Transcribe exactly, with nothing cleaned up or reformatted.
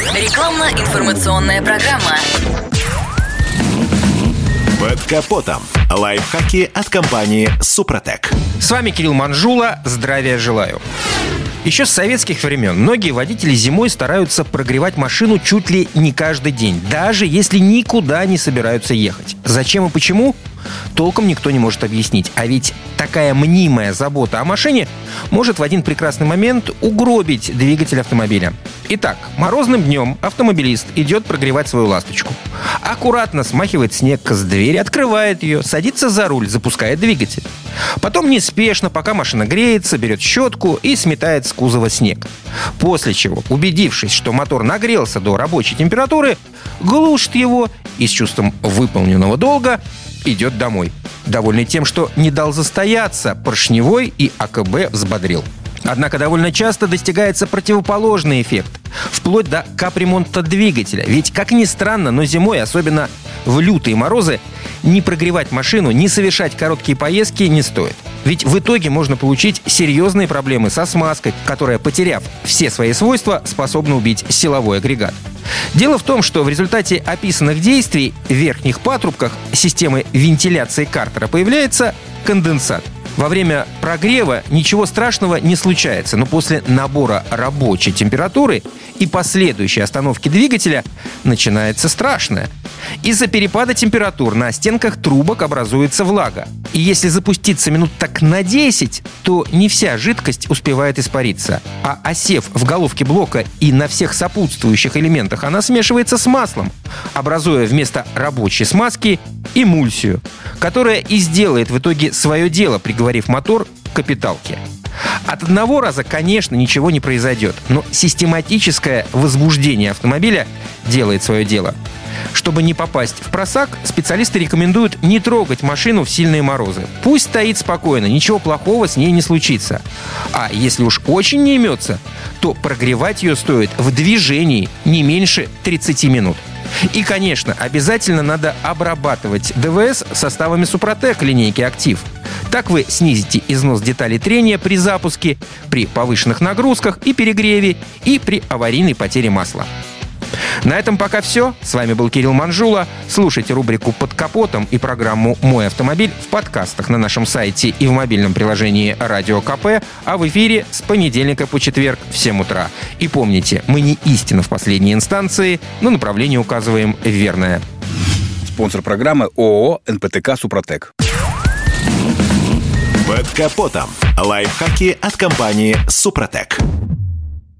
Рекламно-информационная программа. Под капотом. Лайфхаки от компании «Супротек». С вами Кирилл Манжула. Здравия желаю. Еще с советских времен многие водители зимой стараются прогревать машину чуть ли не каждый день, даже если никуда не собираются ехать. Зачем и почему? Толком никто не может объяснить. А ведь такая мнимая забота о машине может в один прекрасный момент угробить двигатель автомобиля. Итак, морозным днем автомобилист идет прогревать свою ласточку. Аккуратно смахивает снег с двери, открывает ее, садится за руль, запускает двигатель. Потом неспешно, пока машина греется, берет щетку и сметает с кузова снег. После чего, убедившись, что мотор нагрелся до рабочей температуры, глушит его и с чувством выполненного долга идет домой. Довольный тем, что не дал застояться, поршневой и АКБ взбодрил. Однако довольно часто достигается противоположный эффект, вплоть до капремонта двигателя. Ведь, как ни странно, но зимой, особенно в лютые морозы, не прогревать машину, не совершать короткие поездки не стоит. Ведь в итоге можно получить серьезные проблемы со смазкой, которая, потеряв все свои свойства, способна убить силовой агрегат. Дело в том, что в результате описанных действий в верхних патрубках системы вентиляции картера появляется конденсат. Во время прогрева ничего страшного не случается, но после набора рабочей температуры и последующей остановки двигателя начинается страшное. Из-за перепада температур на стенках трубок образуется влага. И если запуститься минут так на десять, то не вся жидкость успевает испариться. А осев в головке блока и на всех сопутствующих элементах, она смешивается с маслом, образуя вместо рабочей смазки эмульсию, которая и сделает в итоге свое дело, приговорив мотор к капиталке. От одного раза, конечно, ничего не произойдет, но систематическое возбуждение автомобиля делает свое дело. Чтобы не попасть в просак, специалисты рекомендуют не трогать машину в сильные морозы. Пусть стоит спокойно, ничего плохого с ней не случится. А если уж очень не имется, то прогревать ее стоит в движении не меньше тридцати минут. И, конечно, обязательно надо обрабатывать ДВС составами Супротек линейки «Актив». Так вы снизите износ деталей трения при запуске, при повышенных нагрузках и перегреве, и при аварийной потере масла. На этом пока все. С вами был Кирилл Манжула. Слушайте рубрику «Под капотом» и программу «Мой автомобиль» в подкастах на нашем сайте и в мобильном приложении «Радио КП», а в эфире с понедельника по четверг в семь утра. И помните, мы не истина в последней инстанции, но направление указываем верное. Спонсор программы ООО «эн пэ тэ ка Супротек». Под капотом. Лайфхаки от компании «Супротек».